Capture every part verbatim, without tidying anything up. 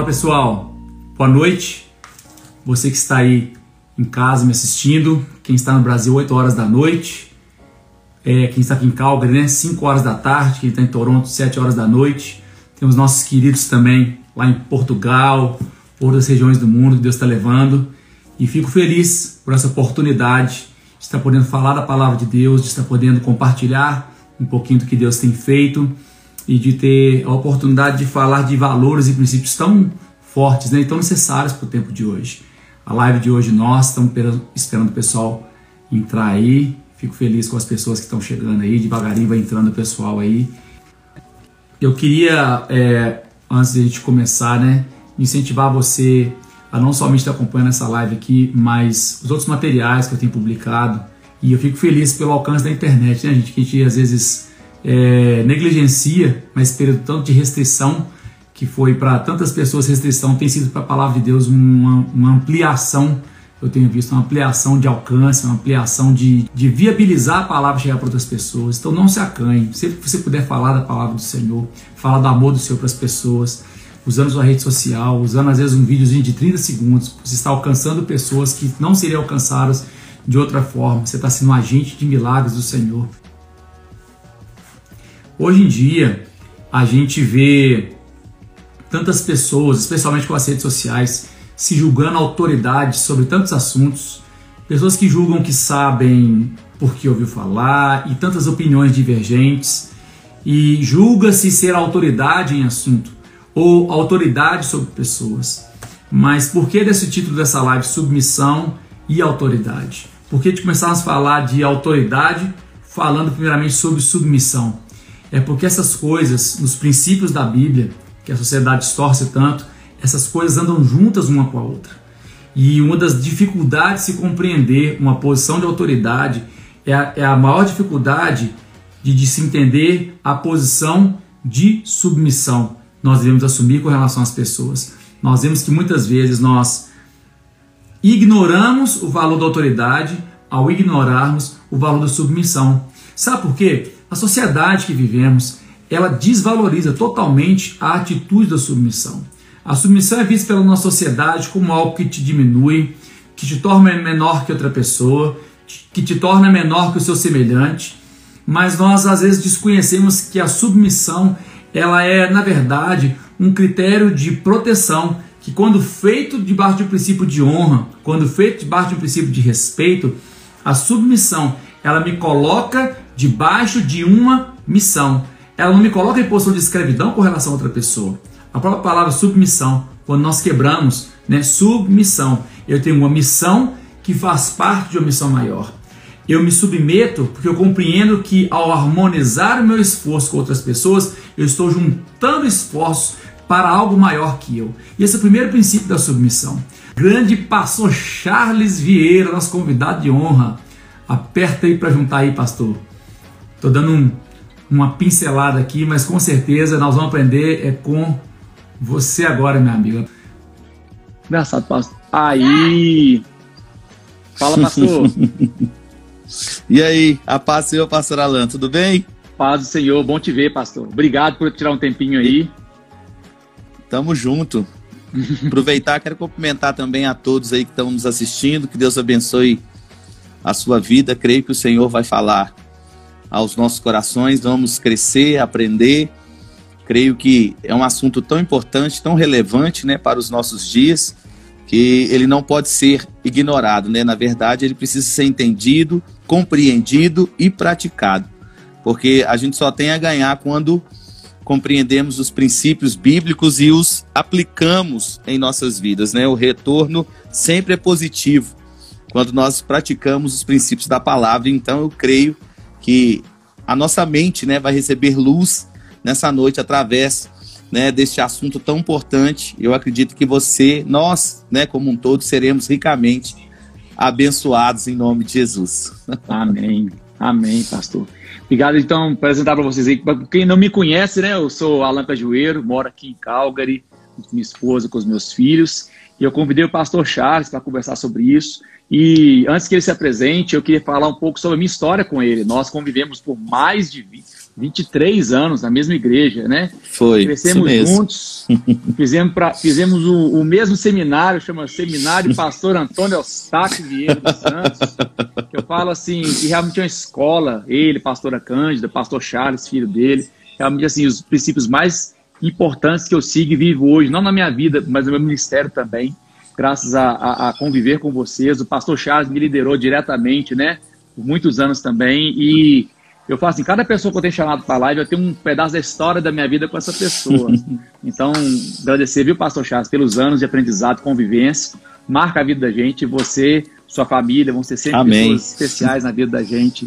Fala pessoal, boa noite. Você que está aí em casa me assistindo, quem está no Brasil oito horas da noite, é, quem está aqui em Calgary, né, cinco horas da tarde, quem está em Toronto sete horas da noite. Temos nossos queridos também lá em Portugal, outras regiões do mundo que Deus está levando. E fico feliz por essa oportunidade de estar podendo falar da palavra de Deus, de estar podendo compartilhar um pouquinho do que Deus tem feito e de ter a oportunidade de falar de valores e princípios tão fortes, né, e tão necessários para o tempo de hoje. A live de hoje nós estamos esperando o pessoal entrar aí. Fico feliz com as pessoas que estão chegando aí, devagarinho vai entrando o pessoal aí. Eu queria, é, antes de a gente começar, né, incentivar você a não somente estar acompanhando essa live aqui, mas os outros materiais que eu tenho publicado. E eu fico feliz pelo alcance da internet, né, gente? Que a gente às vezes é, negligencia, mas período tanto de restrição, que foi para tantas pessoas restrição, tem sido para a palavra de Deus uma, uma ampliação. Eu tenho visto uma ampliação de alcance, uma ampliação de, de viabilizar a palavra chegar para outras pessoas. Então não se acanhe, sempre que você puder falar da palavra do Senhor, falar do amor do Senhor para as pessoas, usando sua rede social, usando às vezes um videozinho de trinta segundos, você está alcançando pessoas que não seriam alcançadas de outra forma. Você está sendo um agente de milagres do Senhor. Hoje em dia, a gente vê tantas pessoas, especialmente com as redes sociais, se julgando autoridade sobre tantos assuntos, pessoas que julgam que sabem porque ouviu falar e tantas opiniões divergentes, e julga-se ser autoridade em assunto ou autoridade sobre pessoas. Mas por que desse título dessa live, submissão e autoridade? Por que de começarmos a falar de autoridade falando primeiramente sobre submissão? É porque essas coisas, nos princípios da Bíblia, que a sociedade distorce tanto, essas coisas andam juntas uma com a outra. E uma das dificuldades de se compreender uma posição de autoridade é a, é a maior dificuldade de, de se entender a posição de submissão nós devemos assumir com relação às pessoas. Nós vemos que muitas vezes nós ignoramos o valor da autoridade ao ignorarmos o valor da submissão. Sabe por quê? A sociedade que vivemos, ela desvaloriza totalmente a atitude da submissão. A submissão é vista pela nossa sociedade como algo que te diminui, que te torna menor que outra pessoa, que te torna menor que o seu semelhante, mas nós às vezes desconhecemos que a submissão ela é, na verdade, um critério de proteção, que quando feito debaixo de um princípio de honra, quando feito debaixo de um princípio de respeito, a submissão, ela me coloca debaixo de uma missão. Ela não me coloca em posição de escravidão com relação a outra pessoa. A própria palavra submissão, quando nós quebramos, né, submissão, eu tenho uma missão que faz parte de uma missão maior. Eu me submeto porque eu compreendo que ao harmonizar o meu esforço com outras pessoas, eu estou juntando esforços para algo maior que eu. E esse é o primeiro princípio da submissão. Grande pastor Charles Vieira, nosso convidado de honra. Aperta aí para juntar aí, pastor. Estou dando um, uma pincelada aqui, mas com certeza nós vamos aprender é com você agora, minha amiga. Engraçado, pastor. Aí! Fala, pastor. E aí, a paz do Senhor, pastor Alan, tudo bem? Paz do Senhor, bom te ver, pastor. Obrigado por tirar um tempinho aí. Tamo junto. Aproveitar, quero cumprimentar também a todos aí que estão nos assistindo, que Deus abençoe a sua vida. Creio que o Senhor vai falar aos nossos corações, vamos crescer, aprender. Creio que é um assunto tão importante, tão relevante, né, para os nossos dias, que ele não pode ser ignorado, né? Na verdade, ele precisa ser entendido, compreendido e praticado, porque a gente só tem a ganhar quando compreendemos os princípios bíblicos e os aplicamos em nossas vidas, né? O retorno sempre é positivo quando nós praticamos os princípios da palavra. Então eu creio que a nossa mente, né, vai receber luz nessa noite através, né, deste assunto tão importante. Eu acredito que você, nós, né, como um todo, seremos ricamente abençoados em nome de Jesus. Amém, amém, pastor. Obrigado, então, por apresentar para vocês aí. Para quem não me conhece, né, eu sou Alan Cajueiro, moro aqui em Calgary, com minha esposa, com os meus filhos, E eu convidei o pastor Charles para conversar sobre isso. E antes que ele se apresente, eu queria falar um pouco sobre a minha história com ele. Nós convivemos por mais de vinte e três anos na mesma igreja, né? Foi, crescemos juntos, fizemos, pra, fizemos o, o mesmo seminário, chama Seminário Pastor Antônio Eustáquio Vieira dos Santos, que eu falo assim, que realmente é uma escola, ele, pastora Cândida, pastor Charles, filho dele, realmente assim, os princípios mais importantes que eu sigo e vivo hoje, não na minha vida, mas no meu ministério também, graças a, a, a conviver com vocês. O pastor Charles me liderou diretamente, né, por muitos anos também, e eu falo assim, cada pessoa que eu tenho chamado para a live, eu tenho um pedaço da história da minha vida com essa pessoa. Então, agradecer, viu, pastor Charles, pelos anos de aprendizado, convivência, marca a vida da gente, você, sua família, vão ser sempre Amém. Pessoas especiais na vida da gente.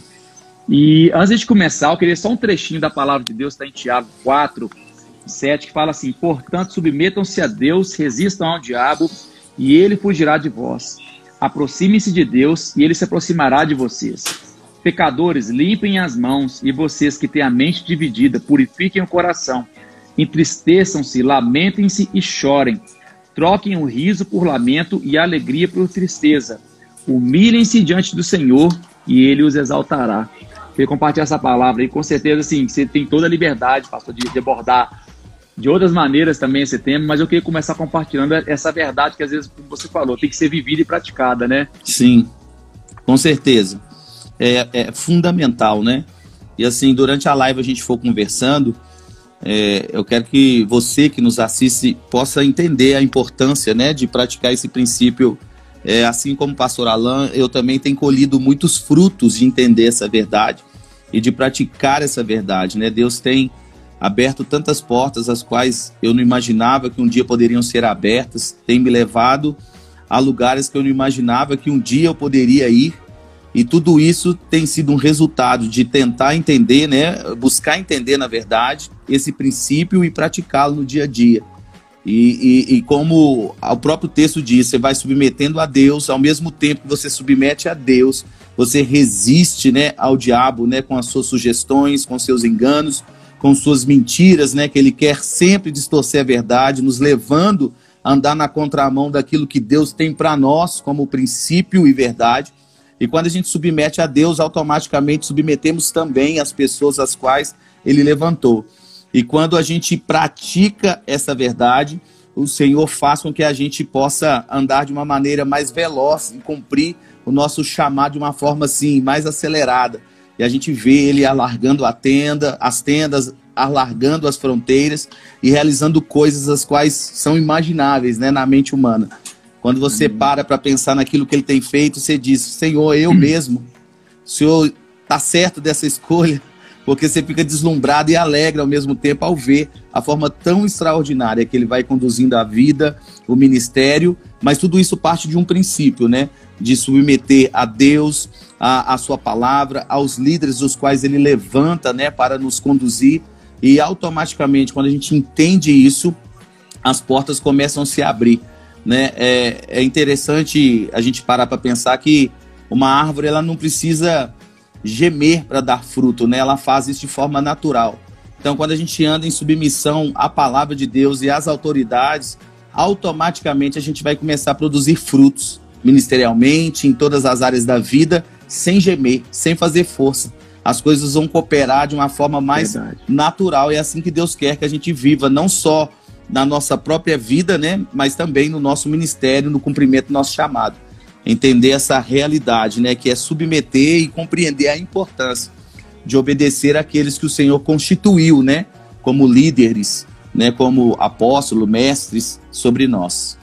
E antes de começar, eu queria só um trechinho da palavra de Deus, está em Tiago quatro, sete, que fala assim: portanto, submetam-se a Deus, resistam ao diabo, e ele fugirá de vós. Aproximem-se de Deus, e ele se aproximará de vocês. Pecadores, limpem as mãos, e vocês que têm a mente dividida, purifiquem o coração. Entristeçam-se, lamentem-se e chorem. Troquem o riso por lamento e a alegria por tristeza. Humilhem-se diante do Senhor, e ele os exaltará. Queria compartilhar essa palavra aí, com certeza, assim, você tem toda a liberdade, pastor, de, de abordar de outras maneiras também esse tema, mas eu queria começar compartilhando essa verdade que, às vezes, como você falou, tem que ser vivida e praticada, né? Sim, com certeza. É, é fundamental, né? E assim, durante a live a gente for conversando, é, eu quero que você que nos assiste possa entender a importância, né, de praticar esse princípio. É, assim como o pastor Alain, eu também tenho colhido muitos frutos de entender essa verdade e de praticar essa verdade, né? Deus tem aberto tantas portas as quais eu não imaginava que um dia poderiam ser abertas, tem me levado a lugares que eu não imaginava que um dia eu poderia ir. E tudo isso tem sido um resultado de tentar entender, né, buscar entender, na verdade, esse princípio e praticá-lo no dia a dia. E, e, e como o próprio texto diz, você vai submetendo a Deus, ao mesmo tempo que você submete a Deus, você resiste, né, ao diabo, né, com as suas sugestões, com seus enganos, com suas mentiras, né, que ele quer sempre distorcer a verdade, nos levando a andar na contramão daquilo que Deus tem para nós como princípio e verdade. E quando a gente submete a Deus, automaticamente submetemos também as pessoas às quais ele levantou. E quando a gente pratica essa verdade, o Senhor faz com que a gente possa andar de uma maneira mais veloz e cumprir o nosso chamado de uma forma assim, mais acelerada. E a gente vê ele alargando a tenda, as tendas, alargando as fronteiras e realizando coisas as quais são imagináveis, né, na mente humana. Quando você para para pensar naquilo que ele tem feito, você diz: Senhor, eu mesmo, o Senhor está certo dessa escolha, porque você fica deslumbrado e alegre ao mesmo tempo ao ver a forma tão extraordinária que ele vai conduzindo a vida, o ministério, mas tudo isso parte de um princípio, né? De submeter a Deus, a, a sua palavra, aos líderes dos quais ele levanta, né, para nos conduzir, e automaticamente, quando a gente entende isso, as portas começam a se abrir. Né? É, é interessante a gente parar para pensar que uma árvore ela não precisa gemer para dar fruto, né? Ela faz isso de forma natural. Então, quando a gente anda em submissão à palavra de Deus e às autoridades, automaticamente a gente vai começar a produzir frutos ministerialmente, em todas as áreas da vida, sem gemer, sem fazer força. As coisas vão cooperar de uma forma mais Verdade. natural. E é assim que Deus quer que a gente viva, não só na nossa própria vida, né, mas também no nosso ministério, no cumprimento do nosso chamado. Entender essa realidade, né, que é submeter e compreender a importância de obedecer àqueles que o Senhor constituiu, né, como líderes, né, como apóstolos, mestres sobre nós.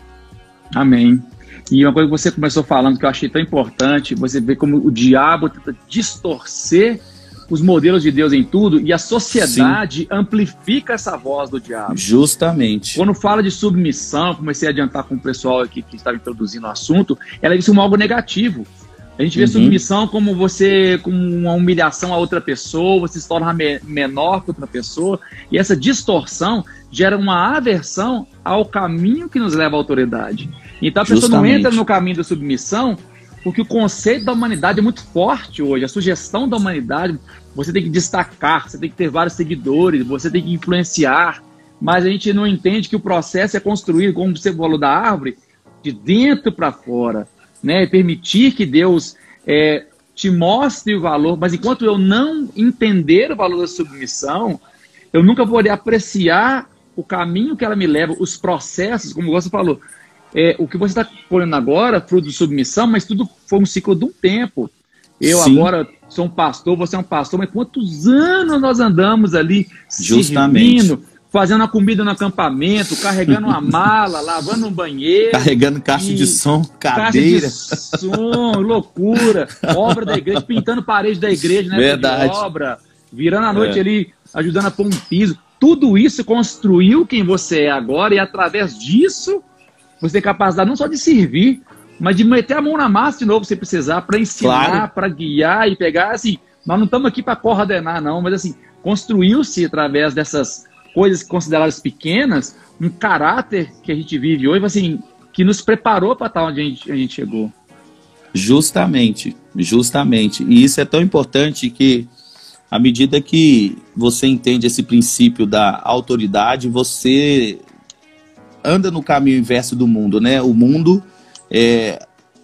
Amém. E uma coisa que você começou falando que eu achei tão importante, você vê como o diabo tenta distorcer os modelos de Deus em tudo, e a sociedade Sim. amplifica essa voz do diabo. Justamente. Quando fala de submissão, comecei a adiantar com o pessoal aqui que estava introduzindo o assunto, ela disse como algo negativo. A gente vê uhum. submissão como você, como uma humilhação a outra pessoa, você se torna me menor que outra pessoa, e essa distorção gera uma aversão ao caminho que nos leva à autoridade. Então a pessoa Justamente. não entra no caminho da submissão, porque o conceito da humanidade é muito forte hoje, a sugestão da humanidade, você tem que destacar, você tem que ter vários seguidores, você tem que influenciar, mas a gente não entende que o processo é construir, como você falou da árvore, de dentro para fora, né? Permitir que Deus é, te mostre o valor, mas enquanto eu não entender o valor da submissão, eu nunca vou poder apreciar o caminho que ela me leva, os processos, como você falou. É, o que você está colhendo agora, fruto de submissão, mas tudo foi um ciclo de um tempo. Eu Sim. agora sou um pastor, você é um pastor, mas quantos anos nós andamos ali Justamente. servindo, fazendo a comida no acampamento, carregando uma mala, lavando um banheiro. Carregando caixa de som, cadeira. Caixa de som, loucura. Obra da igreja, pintando parede da igreja, né? Verdade. De obra, virando a noite É. ali, ajudando a pôr um piso. Tudo isso construiu quem você é agora e através disso você tem capacidade não só de servir, mas de meter a mão na massa de novo se precisar, para ensinar, Claro. para guiar e pegar, assim, nós não estamos aqui para coordenar não, mas assim, construiu-se através dessas coisas consideradas pequenas, um caráter que a gente vive hoje, assim, que nos preparou para estar onde a gente, a gente chegou. Justamente, justamente. E isso é tão importante que, à medida que você entende esse princípio da autoridade, você anda no caminho inverso do mundo, né? O mundo é,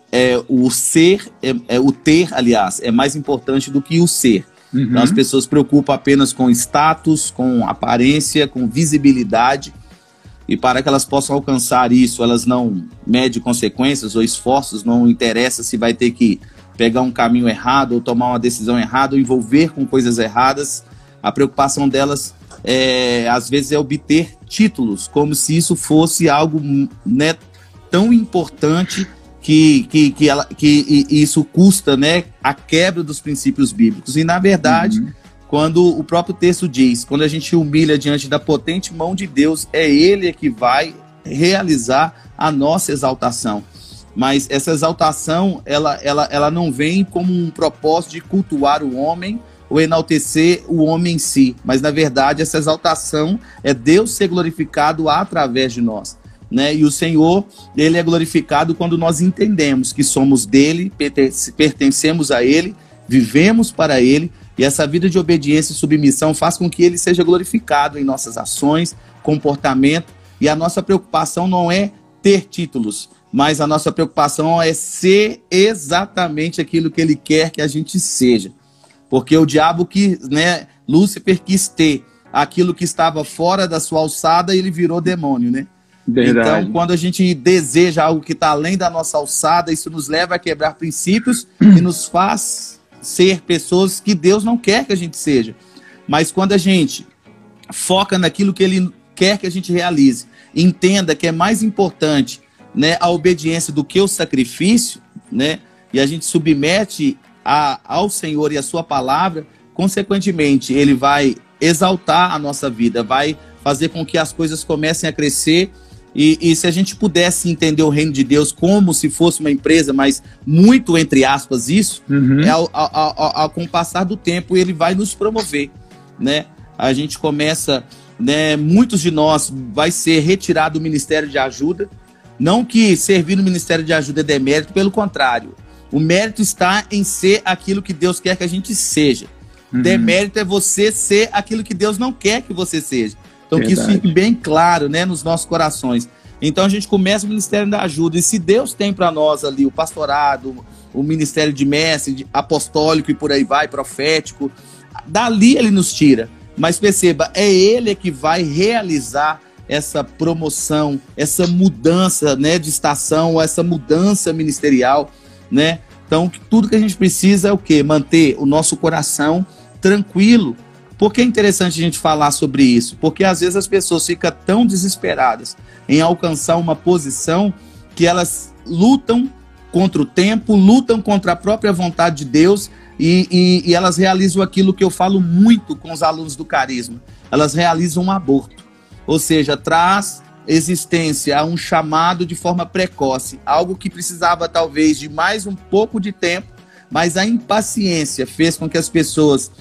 é o ser, é, é o ter, aliás, é mais importante do que o ser. Uhum. Então, as pessoas se preocupam apenas com status, com aparência, com visibilidade, e para que elas possam alcançar isso, elas não medem consequências ou esforços, não interessa se vai ter que pegar um caminho errado ou tomar uma decisão errada ou envolver com coisas erradas. A preocupação delas, é, às vezes, é obter títulos, como se isso fosse algo, né, tão importante que, que, que, ela, que isso custa, né, a quebra dos princípios bíblicos. E, na verdade, uhum. quando o próprio texto diz, quando a gente humilha diante da potente mão de Deus, é Ele que vai realizar a nossa exaltação. Mas essa exaltação, ela, ela, ela não vem como um propósito de cultuar o homem ou enaltecer o homem em si. Mas, na verdade, essa exaltação é Deus ser glorificado através de nós, né? E o Senhor, Ele é glorificado quando nós entendemos que somos dEle, pertencemos a Ele, vivemos para Ele, e essa vida de obediência e submissão faz com que Ele seja glorificado em nossas ações, comportamento, e a nossa preocupação não é ter títulos, mas a nossa preocupação é ser exatamente aquilo que Ele quer que a gente seja. Porque o diabo quis, né, Lúcifer quis ter aquilo que estava fora da sua alçada e ele virou demônio, né? Verdade. Então, quando a gente deseja algo que está além da nossa alçada, isso nos leva a quebrar princípios e nos faz ser pessoas que Deus não quer que a gente seja. Mas quando a gente foca naquilo que Ele quer que a gente realize, entenda que é mais importante, né, a obediência do que o sacrifício, né, e a gente submete a, ao Senhor e a sua palavra, consequentemente, Ele vai exaltar a nossa vida, vai fazer com que as coisas comecem a crescer. E, e se a gente pudesse entender o reino de Deus como se fosse uma empresa, mas muito entre aspas isso, uhum. é ao, ao, ao, ao, com o passar do tempo Ele vai nos promover, né? A gente começa, né, muitos de nós vai ser retirado do ministério de ajuda, não que servir no ministério de ajuda é demérito, pelo contrário, o mérito está em ser aquilo que Deus quer que a gente seja. Uhum. Demérito é você ser aquilo que Deus não quer que você seja. Então, Verdade. Que isso fique bem claro, né, nos nossos corações. Então, a gente começa o Ministério da Ajuda. E se Deus tem para nós ali o pastorado, o ministério de mestre, de apostólico e por aí vai, profético, dali Ele nos tira. Mas perceba, é Ele que vai realizar essa promoção, essa mudança, né, de estação, essa mudança ministerial, né? Então, tudo que a gente precisa é o quê? Manter o nosso coração tranquilo. Por que é interessante a gente falar sobre isso? Porque às vezes as pessoas ficam tão desesperadas em alcançar uma posição que elas lutam contra o tempo, lutam contra a própria vontade de Deus e, e, e elas realizam aquilo que eu falo muito com os alunos do Carisma. Elas realizam um aborto. Ou seja, traz existência a um chamado de forma precoce. Algo que precisava talvez de mais um pouco de tempo, mas a impaciência fez com que as pessoas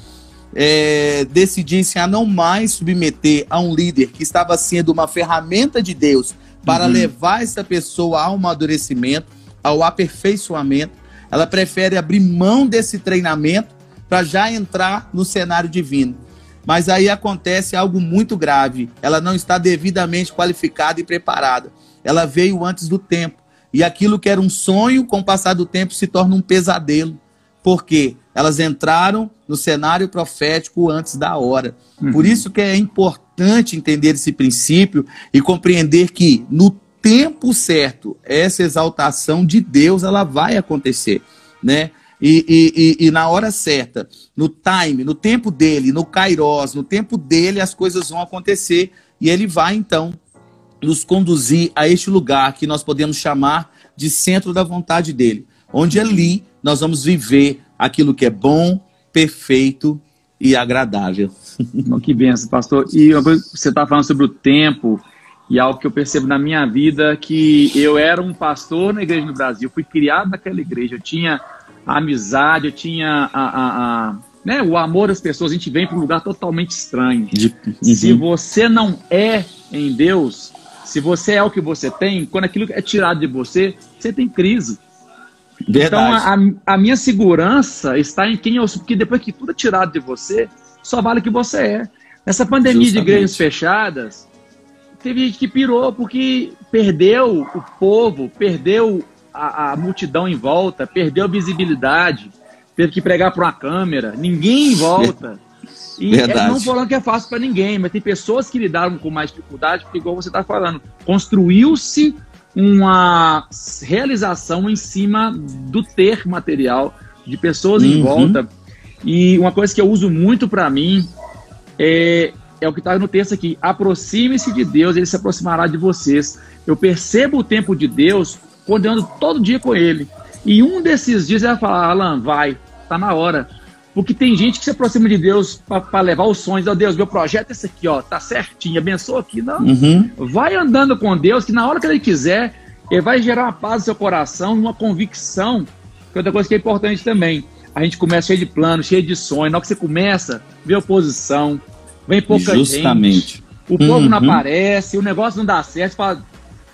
É, decidissem a não mais submeter a um líder que estava sendo uma ferramenta de Deus para uhum. levar essa pessoa ao amadurecimento, ao aperfeiçoamento. Ela prefere abrir mão desse treinamento para já entrar no cenário divino. Mas aí acontece algo muito grave. Ela não está devidamente qualificada e preparada. Ela veio antes do tempo. E aquilo que era um sonho, com o passar do tempo, se torna um pesadelo. Porque elas entraram no cenário profético antes da hora. Uhum. Por isso que é importante entender esse princípio e compreender que no tempo certo, essa exaltação de Deus ela vai acontecer, né? E, e, e, e na hora certa, no time, no tempo dele, no kairos, no tempo dele, as coisas vão acontecer e ele vai então nos conduzir a este lugar que nós podemos chamar de centro da vontade dele, onde ali nós vamos viver aquilo que é bom, perfeito e agradável. Que benção, pastor. E você está falando sobre o tempo, e algo que eu percebo na minha vida, que eu era um pastor na igreja no Brasil, fui criado naquela igreja, eu tinha a amizade, eu tinha a, a, a, né, o amor das pessoas, a gente vem para um lugar totalmente estranho. De... Uhum. Se você não é em Deus, se você é o que você tem, quando aquilo é tirado de você, você tem crise. Verdade. Então a, a minha segurança está em quem eu sou, porque depois que tudo é tirado de você, só vale o que você é. Nessa pandemia Justamente. de igrejas fechadas, teve gente que pirou porque perdeu o povo, perdeu a, a multidão em volta, perdeu a visibilidade, teve que pregar para uma câmera, ninguém em volta. E é, não falando que é fácil para ninguém, mas tem pessoas que lidaram com mais dificuldade, porque igual você está falando, construiu-se uma realização em cima do ter material, de pessoas uhum. em volta. E uma coisa que eu uso muito para mim é, é o que está no texto aqui: aproxime-se de Deus, ele se aproximará de vocês. Eu percebo o tempo de Deus quando eu ando todo dia com ele. E um desses dias ele vai falar: Alan, vai, tá na hora. Porque tem gente que se aproxima de Deus para levar os sonhos. Oh, Deus, meu projeto é esse aqui, ó, tá certinho, abençoa aqui. Não, uhum. vai andando com Deus, que na hora que ele quiser, ele vai gerar uma paz no seu coração, uma convicção. Que outra coisa que é importante também, a gente começa cheio de planos, cheio de sonhos. Na hora que você começa, vê oposição, vem pouca Justamente. gente, o povo uhum. não aparece, o negócio não dá certo, você fala...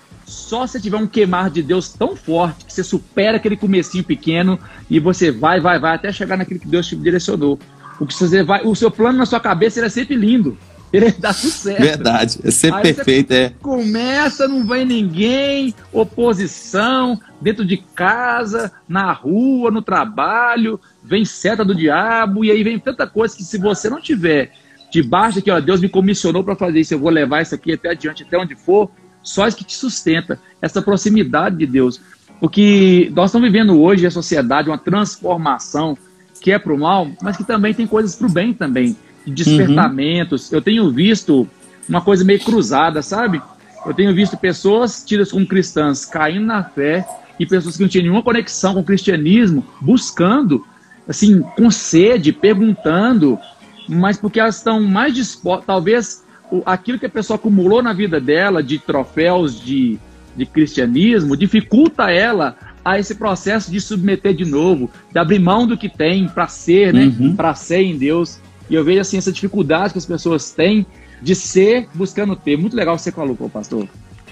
Só se tiver um queimar de Deus tão forte que você supera aquele comecinho pequeno e você vai, vai, vai até chegar naquilo que Deus te direcionou. O, que você vai, o seu plano na sua cabeça ele é sempre lindo. Ele dá tudo certo. Verdade, é sempre Aí perfeito, é. Começa, não vem ninguém, oposição, dentro de casa, na rua, no trabalho, vem seta do diabo, e aí vem tanta coisa que se você não tiver debaixo aqui, ó, Deus me comissionou para fazer isso, eu vou levar isso aqui até adiante, até onde for. Só isso que te sustenta, essa proximidade de Deus. Porque nós estamos vivendo hoje a sociedade, uma transformação que é para o mal, mas que também tem coisas para o bem também. De despertamentos. Uhum. Eu tenho visto uma coisa meio cruzada, sabe? Eu tenho visto pessoas tidas como cristãs caindo na fé e pessoas que não tinham nenhuma conexão com o cristianismo, buscando, assim, com sede, perguntando, mas porque elas estão mais dispostas, talvez... aquilo que a pessoa acumulou na vida dela de troféus de, de cristianismo dificulta ela a esse processo de submeter de novo, de abrir mão do que tem para ser, né? Uhum. Para ser em Deus. E eu vejo assim essa dificuldade que as pessoas têm de ser buscando ter. Muito legal você colocou, pastor.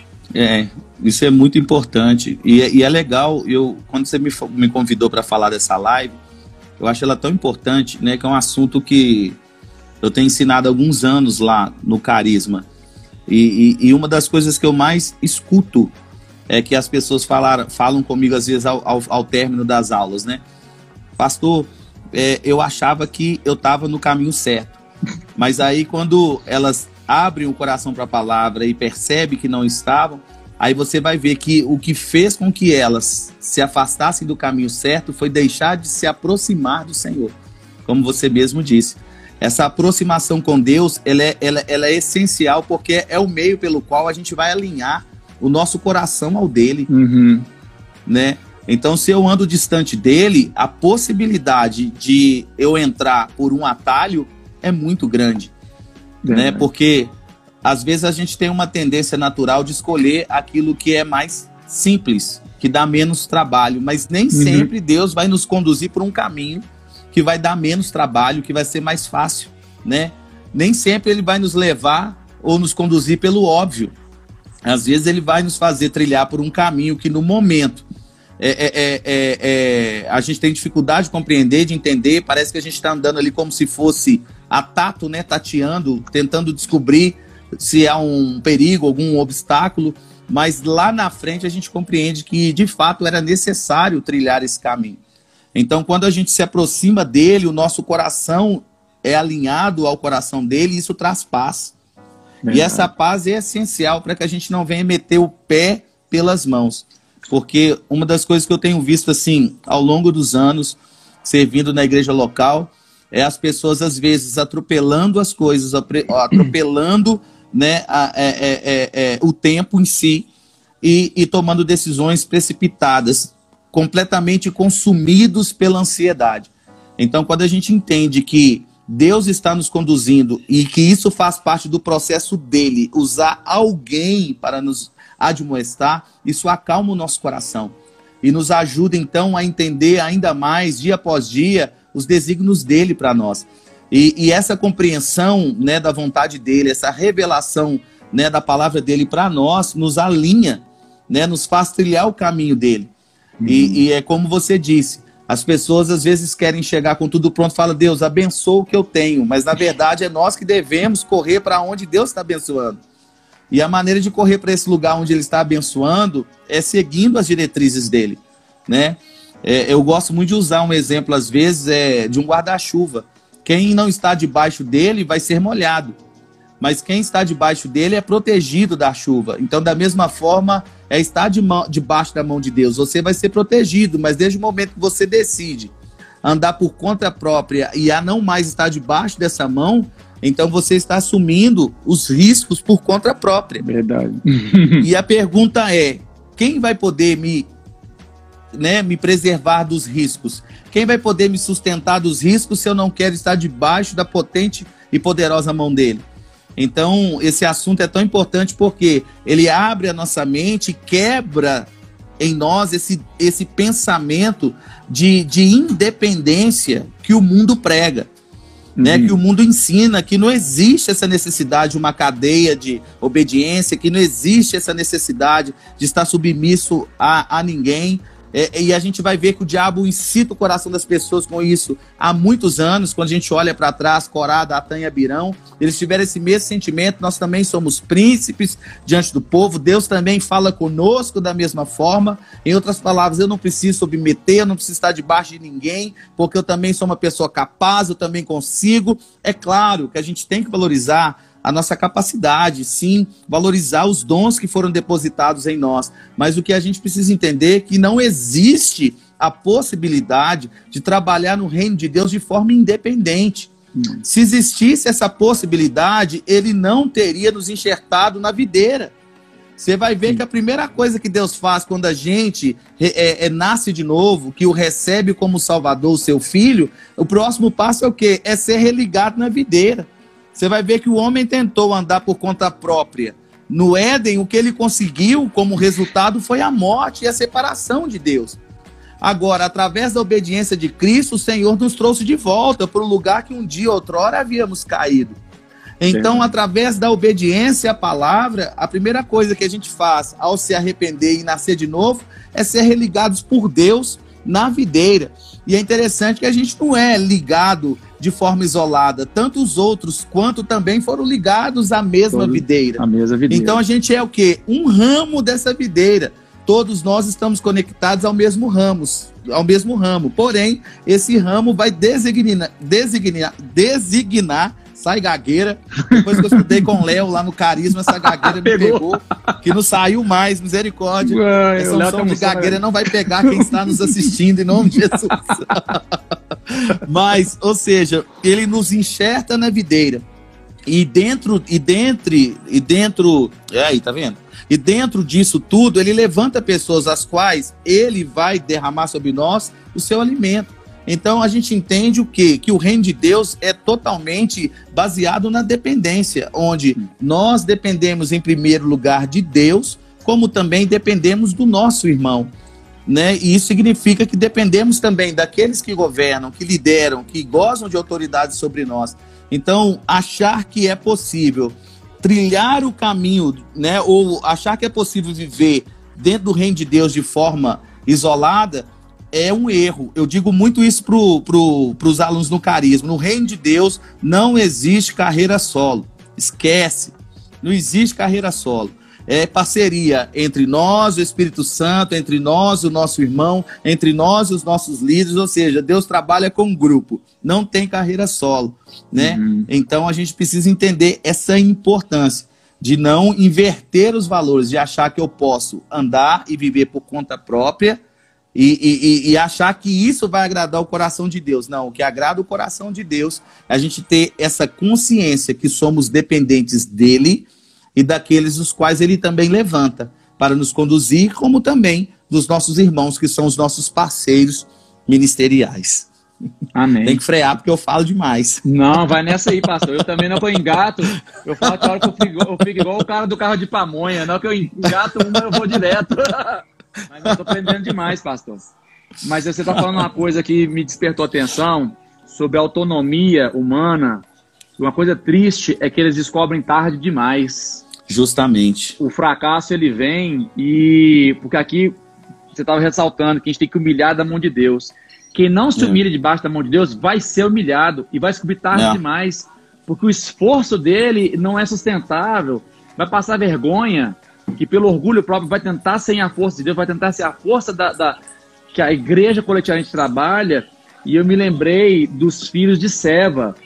É, isso é muito importante e, e é legal. Eu quando você me, me convidou para falar dessa live, eu acho ela tão importante, né? Que é um assunto que eu tenho ensinado há alguns anos lá no Carisma. E, e, e uma das coisas que eu mais escuto é que as pessoas falaram, falam comigo às vezes ao, ao, ao término das aulas, né? Pastor, é, eu achava que eu estava no caminho certo. Mas aí quando elas abrem o coração para a palavra e percebem que não estavam, aí você vai ver que o que fez com que elas se afastassem do caminho certo foi deixar de se aproximar do Senhor. Como você mesmo disse. Essa aproximação com Deus, ela é, ela, ela é essencial porque é o meio pelo qual a gente vai alinhar o nosso coração ao dele, uhum. né? Então, se eu ando distante dele, a possibilidade de eu entrar por um atalho é muito grande, é, né? Porque às vezes a gente tem uma tendência natural de escolher aquilo que é mais simples, que dá menos trabalho, mas nem uhum. sempre Deus vai nos conduzir por um caminho que vai dar menos trabalho, que vai ser mais fácil, né? Nem sempre ele vai nos levar ou nos conduzir pelo óbvio. Às vezes ele vai nos fazer trilhar por um caminho que no momento é, é, é, é, é, a gente tem dificuldade de compreender, de entender, parece que a gente está andando ali como se fosse a tato, né? Tateando, tentando descobrir se há um perigo, algum obstáculo, mas lá na frente a gente compreende que de fato era necessário trilhar esse caminho. Então, quando a gente se aproxima dele, o nosso coração é alinhado ao coração dele, e isso traz paz. Verdade. E essa paz é essencial para que a gente não venha meter o pé pelas mãos. Porque uma das coisas que eu tenho visto assim ao longo dos anos, servindo na igreja local, é as pessoas às vezes atropelando as coisas, atropelando, né, a, é, é, é, é, o tempo em si e, e tomando decisões precipitadas, completamente consumidos pela ansiedade. Então, quando a gente entende que Deus está nos conduzindo e que isso faz parte do processo dele, usar alguém para nos admoestar, isso acalma o nosso coração e nos ajuda então a entender ainda mais, dia após dia, os desígnios dele para nós. E, e essa compreensão, né, da vontade dele, essa revelação, né, da palavra dele para nós, nos alinha, né, nos faz trilhar o caminho dele. Uhum. E, e é como você disse, as pessoas às vezes querem chegar com tudo pronto, fala, Deus, abençoa o que eu tenho, mas na verdade é nós que devemos correr para onde Deus está abençoando. E a maneira de correr para esse lugar onde ele está abençoando é seguindo as diretrizes dele, né? É, eu gosto muito de usar um exemplo, às vezes, é, de um guarda-chuva. Quem não está debaixo dele vai ser molhado, mas quem está debaixo dele é protegido da chuva. Então, da mesma forma, é estar de mão, debaixo da mão de Deus. Você vai ser protegido, mas desde o momento que você decide andar por conta própria e a não mais estar debaixo dessa mão, então você está assumindo os riscos por conta própria. Verdade. E a pergunta é, quem vai poder me, né, me preservar dos riscos? Quem vai poder me sustentar dos riscos se eu não quero estar debaixo da potente e poderosa mão dele? Então, esse assunto é tão importante porque ele abre a nossa mente e quebra em nós esse, esse pensamento de, de independência que o mundo prega. Né, uhum. Que o mundo ensina que não existe essa necessidade de uma cadeia de obediência, que não existe essa necessidade de estar submisso a, a ninguém. É, e a gente vai ver que o diabo incita o coração das pessoas com isso há muitos anos. Quando a gente olha para trás, Corá, Datã e Abirão, eles tiveram esse mesmo sentimento. Nós também somos príncipes diante do povo. Deus também fala conosco da mesma forma. Em outras palavras, eu não preciso submeter, eu não preciso estar debaixo de ninguém, porque eu também sou uma pessoa capaz, eu também consigo. É claro que a gente tem que valorizar a nossa capacidade, sim, valorizar os dons que foram depositados em nós. Mas o que a gente precisa entender é que não existe a possibilidade de trabalhar no reino de Deus de forma independente. Hum. Se existisse essa possibilidade, ele não teria nos enxertado na videira. Você vai ver, sim, que a primeira coisa que Deus faz quando a gente é, é, nasce de novo, que o recebe como Salvador, o seu filho, o próximo passo é o quê? É ser religado na videira. Você vai ver que o homem tentou andar por conta própria. No Éden, o que ele conseguiu como resultado foi a morte e a separação de Deus. Agora, através da obediência de Cristo, o Senhor nos trouxe de volta para o lugar que um dia, outrora, havíamos caído. Então, sim, através da obediência à palavra, a primeira coisa que a gente faz ao se arrepender e nascer de novo é ser religados por Deus na videira. E é interessante que a gente não é ligado de forma isolada. Tanto os outros quanto também foram ligados à mesma Todo, videira. A mesma videira. Então a gente é o quê? Um ramo dessa videira. Todos nós estamos conectados ao mesmo ramo, ao mesmo ramo. Porém, esse ramo vai designar, designar, designar sai gagueira. Depois que eu estudei com o Léo lá no Carisma, essa gagueira me pegou, que não saiu mais, misericórdia. Ué, essa unção de gagueira não vai pegar quem está nos assistindo, em nome de Jesus. Mas, ou seja, ele nos enxerta na videira. E dentro, e dentro, e dentro, é aí, tá vendo? E dentro disso tudo, ele levanta pessoas as quais ele vai derramar sobre nós o seu alimento. Então a gente entende o quê? Que o reino de Deus é totalmente baseado na dependência, onde nós dependemos em primeiro lugar de Deus, como também dependemos do nosso irmão, né? E isso significa que dependemos também daqueles que governam, que lideram, que gozam de autoridade sobre nós. Então, achar que é possível trilhar o caminho, né, ou achar que é possível viver dentro do reino de Deus de forma isolada, é um erro. Eu digo muito isso para pro, os alunos no Carisma. No reino de Deus não existe carreira solo. Esquece. Não existe carreira solo. é parceria entre nós, o Espírito Santo, entre nós, o nosso irmão, entre nós, os nossos líderes, ou seja, Deus trabalha com um grupo, não tem carreira solo, né? Uhum. Então a gente precisa entender essa importância de não inverter os valores, de achar que eu posso andar e viver por conta própria e, e, e achar que isso vai agradar o coração de Deus. Não, o que agrada o coração de Deus é a gente ter essa consciência que somos dependentes dele e daqueles os quais ele também levanta para nos conduzir, como também dos nossos irmãos, que são os nossos parceiros ministeriais. Amém. Tem que frear, porque eu falo demais. Não, vai nessa aí, pastor. Eu também não engato. Eu falo que a hora que eu fico, eu fico igual o cara do carro de pamonha. Na hora que eu engato uma, eu vou direto. Mas eu estou aprendendo demais, pastor. Mas você está falando uma coisa que me despertou atenção sobre a autonomia humana. Uma coisa triste é que eles descobrem tarde demais. Justamente. O fracasso, ele vem e... Porque aqui você estava ressaltando que a gente tem que humilhar da mão de Deus. Quem não se humilha é. debaixo da mão de Deus vai ser humilhado e vai descobrir tarde é. demais. Porque o esforço dele não é sustentável. Vai passar vergonha, que pelo orgulho próprio vai tentar ser a força de Deus, vai tentar ser a força da, da, que a igreja coletivamente trabalha. E eu me lembrei dos filhos de Seva,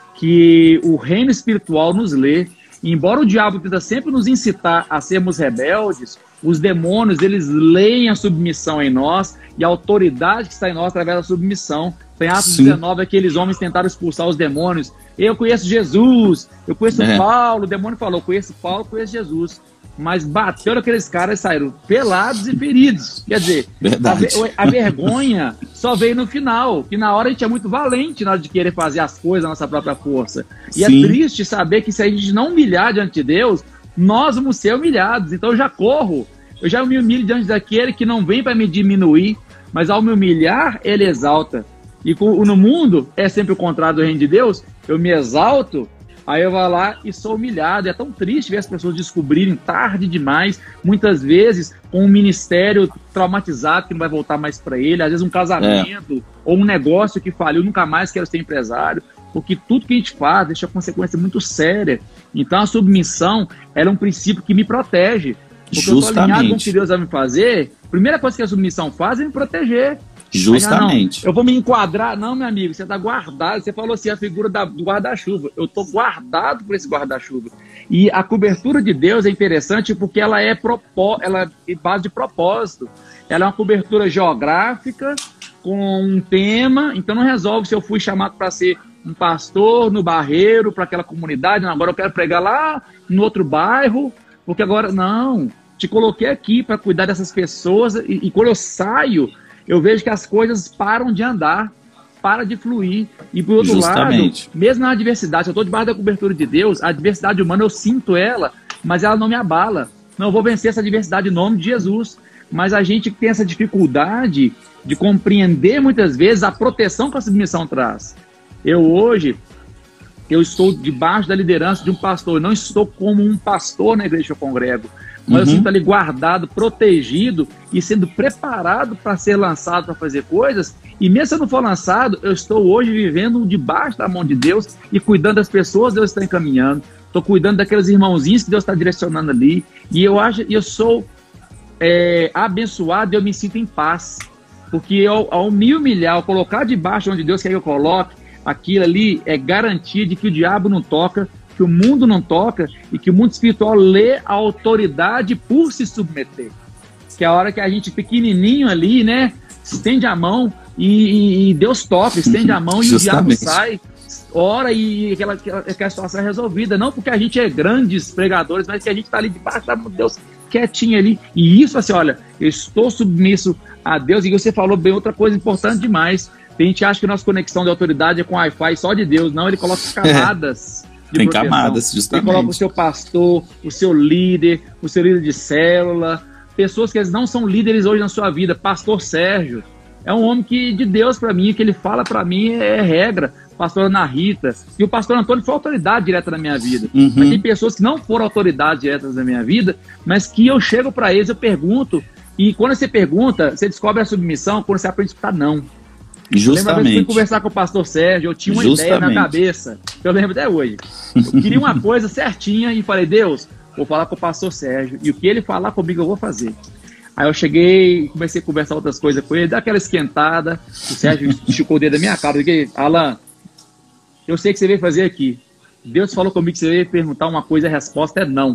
que o reino espiritual nos lê. E embora o diabo tenta sempre nos incitar a sermos rebeldes, os demônios, eles leem a submissão em nós e a autoridade que está em nós através da submissão. Em Atos Sim. dezenove, aqueles homens tentaram expulsar os demônios. Eu conheço Jesus, eu conheço é. Paulo. O demônio falou, conheço Paulo, conheço Jesus. Mas bateu naqueles caras e saíram pelados e feridos. Quer dizer, a, a vergonha só veio no final. Que na hora a gente é muito valente na hora de querer fazer as coisas na nossa própria força. E Sim. é triste saber que se a gente não humilhar diante de Deus, nós vamos ser humilhados. Então eu já corro, eu já me humilho diante daquele que não vem para me diminuir, mas ao me humilhar, ele exalta. E no mundo é sempre o contrário do reino de Deus. Eu me exalto, aí eu vou lá e sou humilhado. É tão triste ver as pessoas descobrirem tarde demais, muitas vezes com um ministério traumatizado que não vai voltar mais para ele, às vezes um casamento é. ou um negócio que faliu, nunca mais quero ser empresário, porque tudo que a gente faz deixa consequência muito séria. Então a submissão ela é um princípio que me protege. Porque Justamente. eu estou alinhado com o que Deus vai me fazer, a primeira coisa que a submissão faz é me proteger. Justamente. Mas, não, eu vou me enquadrar. Não, meu amigo, você está guardado. Você falou assim, a figura da, do guarda-chuva. Eu estou guardado por esse guarda-chuva. E a cobertura de Deus é interessante porque ela é, propó, ela é base de propósito. Ela é uma cobertura geográfica com um tema. Então não resolve se eu fui chamado para ser um pastor no Barreiro, para aquela comunidade. Não, agora eu quero pregar lá no outro bairro. Porque agora, não. Te coloquei aqui para cuidar dessas pessoas. E, e quando eu saio, eu vejo que as coisas param de andar, param de fluir. E por outro Justamente. lado, mesmo na adversidade, se eu estou debaixo da cobertura de Deus, a adversidade humana eu sinto ela, mas ela não me abala. Não, eu vou vencer essa adversidade em nome de Jesus. Mas a gente tem essa dificuldade de compreender muitas vezes a proteção que a submissão traz. Eu hoje, eu estou debaixo da liderança de um pastor, eu não estou como um pastor na igreja que eu congrego. Mas uhum. eu sinto ali guardado, protegido e sendo preparado para ser lançado para fazer coisas. E mesmo se eu não for lançado, eu estou hoje vivendo debaixo da mão de Deus e cuidando das pessoas que Deus está encaminhando. Estou cuidando daqueles irmãozinhos que Deus está direcionando ali. E eu acho, eu sou é, abençoado e eu me sinto em paz. Porque eu, ao me humilhar, ao colocar debaixo onde Deus quer que eu coloque, aquilo ali é garantia de que o diabo não toca, que o mundo não toca e que o mundo espiritual lê a autoridade por se submeter. Que é a hora que a gente pequenininho ali, né, estende a mão e, e Deus toca, estende a mão e o diabo sai, ora e aquela, aquela, aquela situação é resolvida. Não porque a gente é grandes pregadores, mas que a gente está ali debaixo da mão de Deus, quietinho ali. E isso assim, olha, eu estou submisso a Deus. E você falou bem outra coisa importante demais. A gente acha que a nossa conexão de autoridade é com Wi-Fi só de Deus. Não, ele coloca camadas. É. De Tem proteção. Camadas, justamente. Ele coloca o seu pastor, o seu líder, o seu líder de célula, pessoas que eles não são líderes hoje na sua vida. Pastor Sérgio é um homem que de Deus para mim, que ele fala para mim é regra. Pastor Ana Rita. E o pastor Antônio foi autoridade direta na minha vida. Uhum. Mas tem pessoas que não foram autoridades diretas na minha vida, mas que eu chego para eles, eu pergunto, e quando você pergunta, você descobre a submissão quando você aprende a escutar não. Justamente. Eu lembro que eu fui conversar com o pastor Sérgio, eu tinha uma Justamente. ideia na cabeça, que eu lembro até hoje. Eu queria uma coisa certinha e falei, Deus, vou falar com o pastor Sérgio, e o que ele falar comigo eu vou fazer. Aí eu cheguei, comecei a conversar outras coisas com ele, dá aquela esquentada, o Sérgio esticou o dedo da minha cara, eu fiquei, Alan, eu sei o que você veio fazer aqui. Deus falou comigo que você veio perguntar uma coisa, a resposta é não.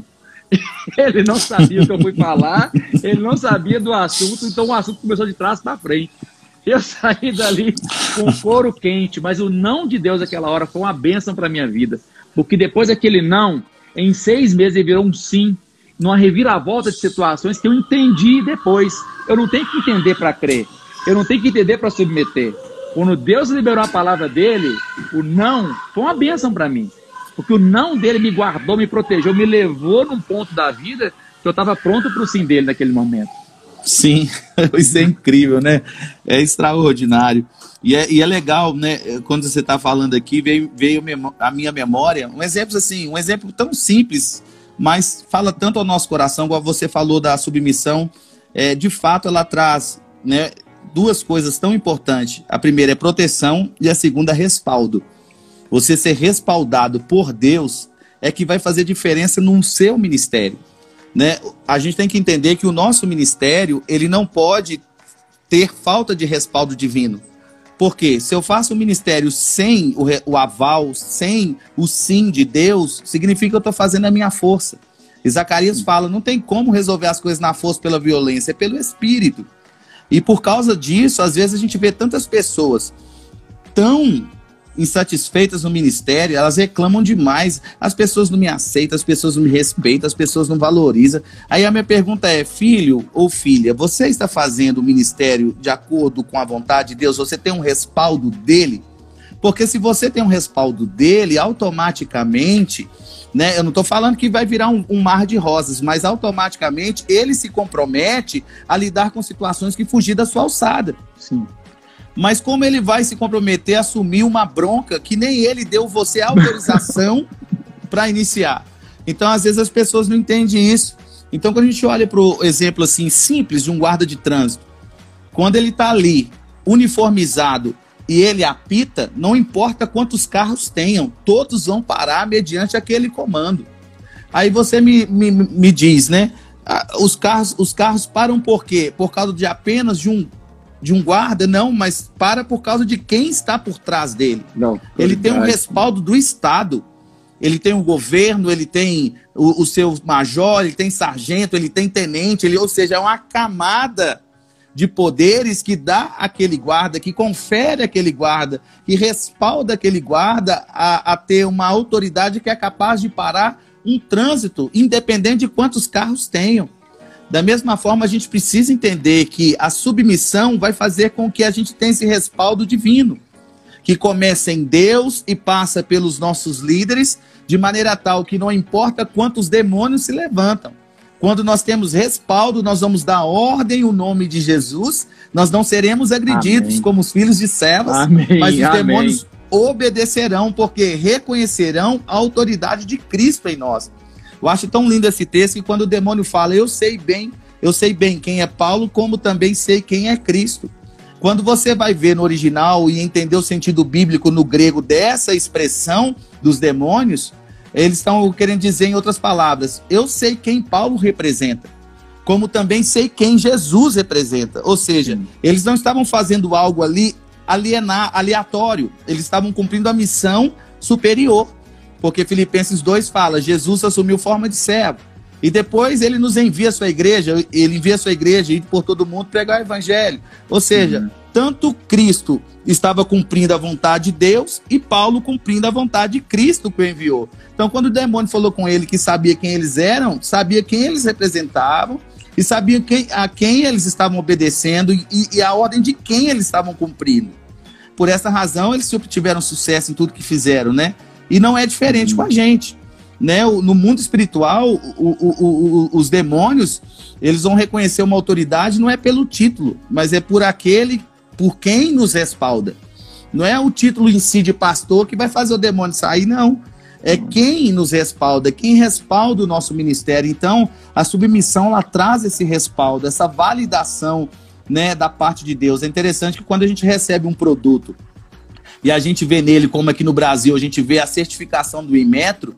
Ele não sabia o que eu fui falar, ele não sabia do assunto, então o assunto começou de trás para frente. Eu saí dali com o couro quente, mas o não de Deus naquela hora foi uma bênção para a minha vida. Porque depois daquele não, em seis meses ele virou um sim, numa reviravolta de situações que eu entendi depois. Eu não tenho que entender para crer, eu não tenho que entender para submeter. Quando Deus liberou a palavra dele, o não foi uma bênção para mim. Porque o não dele me guardou, me protegeu, me levou num ponto da vida que eu estava pronto para o sim dele naquele momento. Sim, isso é incrível, né? É extraordinário. E é, e é legal, né? Quando você está falando aqui, veio, veio a minha memória, um exemplo assim, um exemplo tão simples, mas fala tanto ao nosso coração, igual você falou da submissão. É, de fato, ela traz, né, duas coisas tão importantes. A primeira é proteção e a segunda é respaldo. Você ser respaldado por Deus é que vai fazer diferença no seu ministério. Né? A gente tem que entender que o nosso ministério, ele não pode ter falta de respaldo divino. Porque se eu faço o ministério sem o, o aval, sem o sim de Deus, significa que eu estou fazendo a minha força. E Zacarias fala, não tem como resolver as coisas na força pela violência, é pelo Espírito. E por causa disso, às vezes a gente vê tantas pessoas tão insatisfeitas no ministério, elas reclamam demais, as pessoas não me aceitam, as pessoas não me respeitam, as pessoas não valorizam. Aí a minha pergunta é, filho ou filha, você está fazendo o ministério de acordo com a vontade de Deus? Você tem um respaldo dele? Porque se você tem um respaldo dele, automaticamente, né, eu não estou falando que vai virar um, um mar de rosas, mas automaticamente ele se compromete a lidar com situações que fugir da sua alçada. Sim. Mas como ele vai se comprometer a assumir uma bronca que nem ele deu você autorização para iniciar? Então, às vezes, as pessoas não entendem isso. Então, quando a gente olha para o exemplo assim, simples de um guarda de trânsito, quando ele está ali, uniformizado, e ele apita, não importa quantos carros tenham, todos vão parar mediante aquele comando. Aí você me, me, me diz, né? Os carros, os carros param por quê? Por causa de apenas de um de um guarda? Não, mas para por causa de quem está por trás dele. Não, ele tem um respaldo do Estado, ele tem o um governo, ele tem o, o seu major, ele tem sargento, ele tem tenente, ele, ou seja, é uma camada de poderes que dá aquele guarda, que confere aquele guarda, que respalda aquele guarda a, a ter uma autoridade que é capaz de parar um trânsito, independente de quantos carros tenham. Da mesma forma, a gente precisa entender que a submissão vai fazer com que a gente tenha esse respaldo divino, que começa em Deus e passa pelos nossos líderes, de maneira tal que não importa quantos demônios se levantam. Quando nós temos respaldo, nós vamos dar ordem em nome de Jesus, nós não seremos agredidos Amém. Como os filhos de servas, Amém. Mas os Amém. Demônios obedecerão, porque reconhecerão a autoridade de Cristo em nós. Eu acho tão lindo esse texto que quando o demônio fala, eu sei bem, eu sei bem quem é Paulo, como também sei quem é Cristo. Quando você vai ver no original e entender o sentido bíblico no grego dessa expressão dos demônios, eles estão querendo dizer em outras palavras, eu sei quem Paulo representa, como também sei quem Jesus representa. Ou seja, Sim. eles não estavam fazendo algo ali alienar, aleatório, eles estavam cumprindo a missão superior. Porque Filipenses dois fala, Jesus assumiu forma de servo. E depois ele nos envia a sua igreja, ele envia a sua igreja e ir por todo mundo pregar o evangelho. Ou seja, uhum. tanto Cristo estava cumprindo a vontade de Deus e Paulo cumprindo a vontade de Cristo que o enviou. Então, quando o demônio falou com ele que sabia quem eles eram, sabia quem eles representavam e sabia quem, a quem eles estavam obedecendo e, e a ordem de quem eles estavam cumprindo. Por essa razão, eles tiveram sucesso em tudo que fizeram, né? E não é diferente uhum. com a gente, né? No mundo espiritual, o, o, o, os demônios, eles vão reconhecer uma autoridade não é pelo título, mas é por aquele, por quem nos respalda. Não é o título em si de pastor que vai fazer o demônio sair, não. É quem nos respalda, quem respalda o nosso ministério. Então, a submissão, ela traz esse respaldo, essa validação, né, da parte de Deus. É interessante que quando a gente recebe um produto e a gente vê nele, como aqui no Brasil, a gente vê a certificação do Inmetro,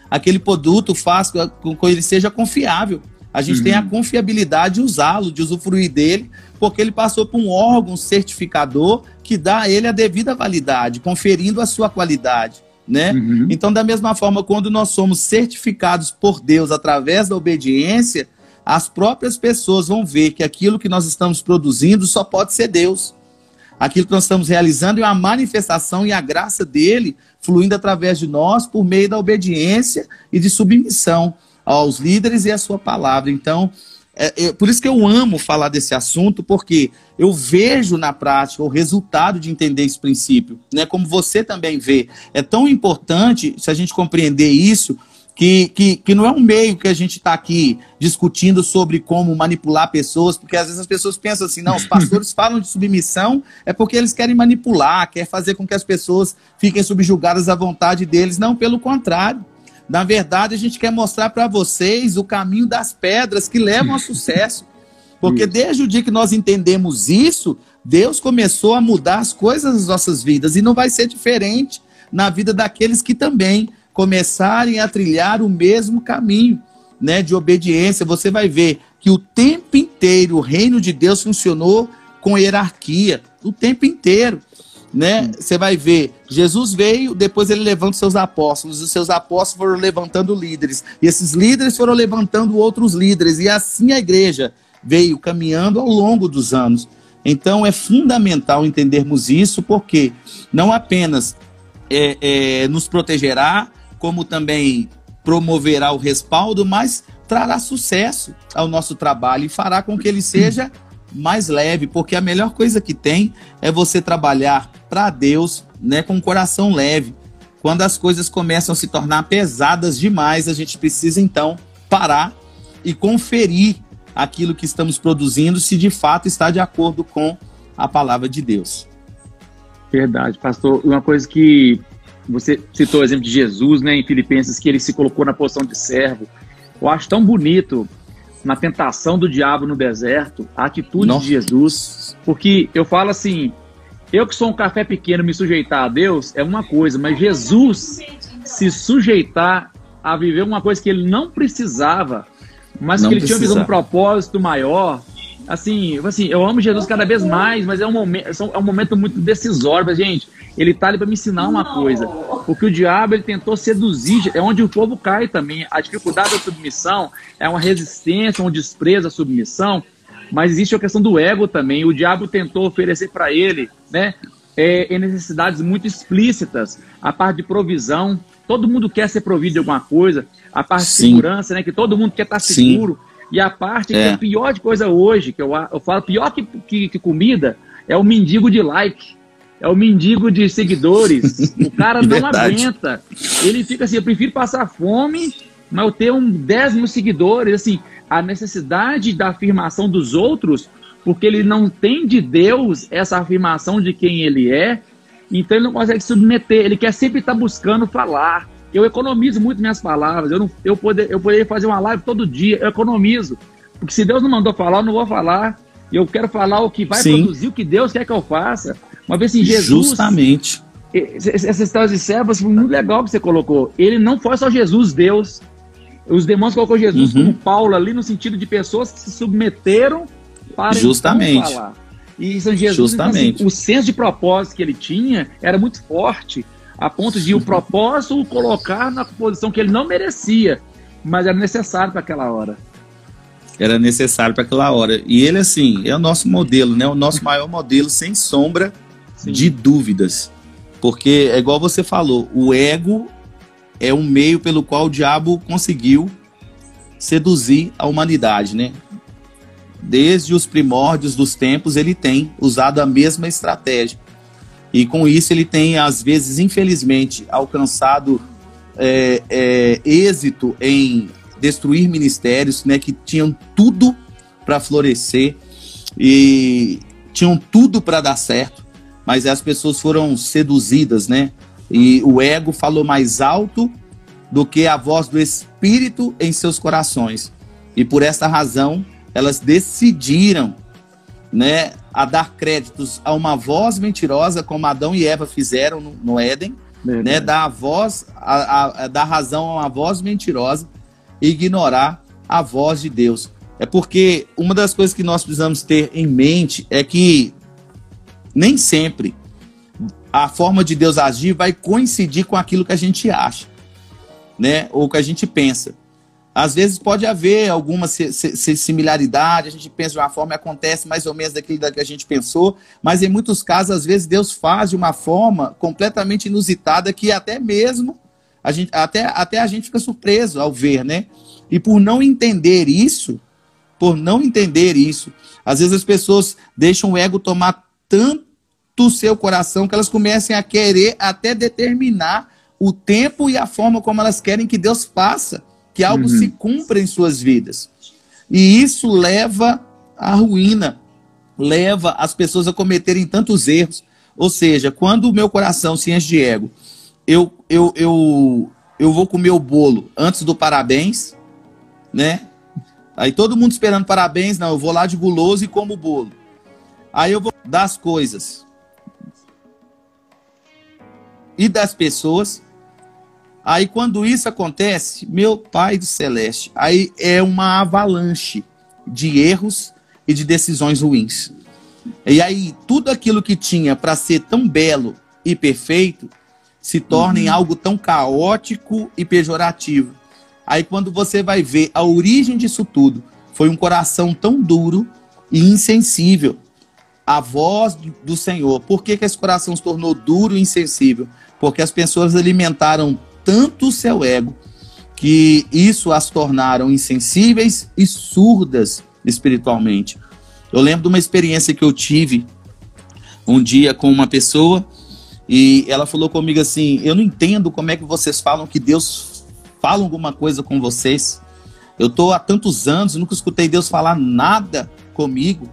aquele produto faz com que ele seja confiável. A gente uhum. tem a confiabilidade de usá-lo, de usufruir dele, porque ele passou por um órgão certificador que dá a ele a devida validade, conferindo a sua qualidade, né? Uhum. Então, da mesma forma, quando nós somos certificados por Deus através da obediência, as próprias pessoas vão ver que aquilo que nós estamos produzindo só pode ser Deus. Aquilo que nós estamos realizando é uma manifestação e a graça dele fluindo através de nós por meio da obediência e de submissão aos líderes e à sua palavra. Então, é, é, por isso que eu amo falar desse assunto, porque eu vejo na prática o resultado de entender esse princípio, né? Como você também vê. É tão importante, se a gente compreender isso, que, que, que não é um meio que a gente está aqui discutindo sobre como manipular pessoas, porque às vezes as pessoas pensam assim, não, os pastores falam de submissão, é porque eles querem manipular, quer fazer com que as pessoas fiquem subjugadas à vontade deles. Não, pelo contrário. Na verdade, a gente quer mostrar para vocês o caminho das pedras que levam ao sucesso. Porque desde o dia que nós entendemos isso, Deus começou a mudar as coisas das nossas vidas. E não vai ser diferente na vida daqueles que também começarem a trilhar o mesmo caminho, né, de obediência. Você vai ver que o tempo inteiro o reino de Deus funcionou com hierarquia. O tempo inteiro. Né? Você vai ver, Jesus veio, depois ele levanta os seus apóstolos, os seus apóstolos foram levantando líderes, e esses líderes foram levantando outros líderes, e assim a igreja veio caminhando ao longo dos anos. Então é fundamental entendermos isso, porque não apenas é, é, nos protegerá, como também promoverá o respaldo, mas trará sucesso ao nosso trabalho e fará com que ele seja mais leve, porque a melhor coisa que tem é você trabalhar para Deus, né, com um coração leve. Quando as coisas começam a se tornar pesadas demais, a gente precisa então parar e conferir aquilo que estamos produzindo, se de fato está de acordo com a palavra de Deus. Verdade, pastor. Uma coisa que você citou o exemplo de Jesus, né, em Filipenses, que ele se colocou na posição de servo. Eu acho tão bonito na tentação do diabo no deserto, a atitude Nossa. de Jesus, porque eu falo assim, eu que sou um café pequeno, me sujeitar a Deus é uma coisa, mas Jesus se sujeitar a viver uma coisa que ele não precisava, mas não que ele precisa. tinha uma visão, um propósito maior, assim, assim, eu amo Jesus cada vez mais, mas é um momento, é um momento muito decisório, gente. Ele está ali para me ensinar uma coisa, porque o diabo ele tentou seduzir, é onde o povo cai também. A dificuldade da submissão é uma resistência, um desprezo à submissão, mas existe a questão do ego também. O diabo tentou oferecer para ele, né, é, necessidades muito explícitas, a parte de provisão. Todo mundo quer ser provido de alguma coisa, a parte Sim. de segurança, né, que todo mundo quer estar seguro. Sim. E a parte é. que é a pior de coisa hoje, que eu, eu falo, pior que, que, que comida, é o mendigo de like. É o mendigo de seguidores. O cara não aguenta. Ele fica assim, eu prefiro passar fome, mas eu ter um dez mil seguidores. Assim, a necessidade da afirmação dos outros, porque ele não tem de Deus essa afirmação de quem ele é, então ele não consegue submeter. Ele quer sempre estar buscando falar. Eu economizo muito minhas palavras. Eu, não, eu, poder, eu poderia fazer uma live todo dia. Eu economizo. Porque se Deus não mandou falar, eu não vou falar. Eu quero falar o que vai Sim. produzir, o que Deus quer que eu faça. Uma vez assim, Jesus... Justamente. Essa história de servos foi muito legal que você colocou. Ele não foi só Jesus, Deus. Os demônios colocou Jesus uhum. como Paulo ali, no sentido de pessoas que se submeteram para Justamente. Então falar. E São Jesus, Justamente. Então, assim, o senso de propósito que ele tinha era muito forte, a ponto de o propósito o colocar na posição que ele não merecia, mas era necessário para aquela hora. Era necessário para aquela hora. E ele, assim, é o nosso modelo, né? O nosso maior modelo, sem sombra Sim. de dúvidas. Porque, é igual você falou, o ego é um meio pelo qual o diabo conseguiu seduzir a humanidade, né? Desde os primórdios dos tempos, ele tem usado a mesma estratégia. E com isso ele tem, às vezes, infelizmente, alcançado é, é, êxito em destruir ministérios, né, que tinham tudo para florescer e tinham tudo para dar certo, mas as pessoas foram seduzidas, né? E o ego falou mais alto do que a voz do Espírito em seus corações. E por essa razão, elas decidiram, né, a dar créditos a uma voz mentirosa, como Adão e Eva fizeram no, no Éden, né? Dar a voz, a, a, a dar razão a uma voz mentirosa e ignorar a voz de Deus. É porque uma das coisas que nós precisamos ter em mente é que nem sempre a forma de Deus agir vai coincidir com aquilo que a gente acha, né? Ou que a gente pensa. Às vezes pode haver alguma similaridade, a gente pensa de uma forma e acontece mais ou menos daquilo que a gente pensou, mas em muitos casos, às vezes, Deus faz de uma forma completamente inusitada que até mesmo, a gente, até, até a gente fica surpreso ao ver, né? E por não entender isso, por não entender isso, às vezes as pessoas deixam o ego tomar tanto o seu coração que elas comecem a querer até determinar o tempo e a forma como elas querem que Deus faça, que algo uhum. se cumpra em suas vidas. E isso leva à ruína, leva as pessoas a cometerem tantos erros. Ou seja, quando o meu coração se enche de ego, eu, eu, eu, eu vou comer o bolo antes do parabéns, né? Aí todo mundo esperando parabéns, não, eu vou lá de guloso e como o bolo. Aí eu vou das coisas e das pessoas. Aí quando isso acontece, meu Pai do Celeste, aí é uma avalanche de erros e de decisões ruins. E aí tudo aquilo que tinha para ser tão belo e perfeito se torna uhum. em algo tão caótico e pejorativo. Aí quando você vai ver a origem disso tudo, foi um coração tão duro e insensível à voz do Senhor. Por que que esse coração se tornou duro e insensível? Porque as pessoas alimentaram tanto o seu ego, que isso as tornaram insensíveis e surdas espiritualmente. Eu lembro de uma experiência que eu tive um dia com uma pessoa, e ela falou comigo assim, eu não entendo como é que vocês falam que Deus fala alguma coisa com vocês. Eu estou há tantos anos, nunca escutei Deus falar nada comigo,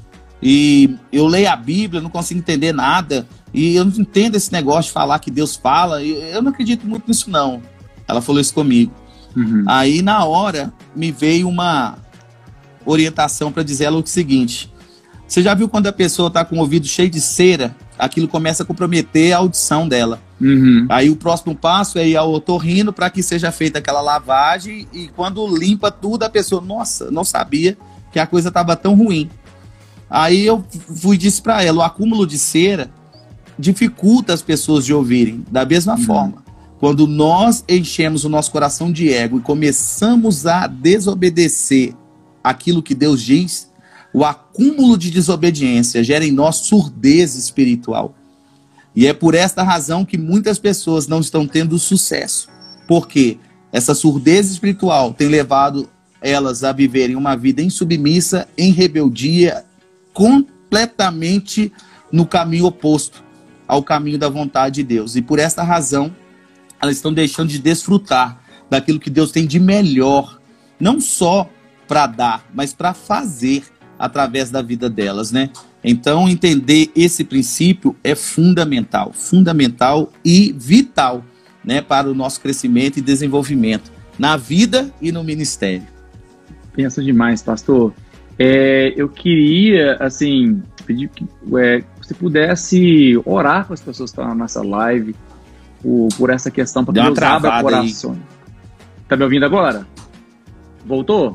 e eu leio a Bíblia, não consigo entender nada, e eu não entendo esse negócio de falar que Deus fala, eu não acredito muito nisso não. Ela falou isso comigo. Uhum. Aí na hora me veio uma orientação para dizer ela o seguinte, você já viu quando a pessoa está com o ouvido cheio de cera, aquilo começa a comprometer a audição dela. Uhum. Aí o próximo passo é ir ao otorrino para que seja feita aquela lavagem, e quando limpa tudo a pessoa, nossa, não sabia que a coisa estava tão ruim. Aí eu fui e disse para ela, o acúmulo de cera dificulta as pessoas de ouvirem. Da mesma uhum. forma, quando nós enchemos o nosso coração de ego e começamos a desobedecer aquilo que Deus diz, o acúmulo de desobediência gera em nós surdez espiritual. E é por esta razão que muitas pessoas não estão tendo sucesso. Porque essa surdez espiritual tem levado elas a viverem uma vida insubmissa, em rebeldia, completamente no caminho oposto ao caminho da vontade de Deus. E por esta razão, elas estão deixando de desfrutar daquilo que Deus tem de melhor, não só para dar, mas para fazer através da vida delas, né? Então, entender esse princípio é fundamental, fundamental e vital, né, para o nosso crescimento e desenvolvimento na vida e no ministério. Pensa demais, pastor. É, eu queria, assim, pedir que é, você pudesse orar com as pessoas que estão na nossa live por, por essa questão, para que Deus abra o coração. Tá me ouvindo agora? Voltou?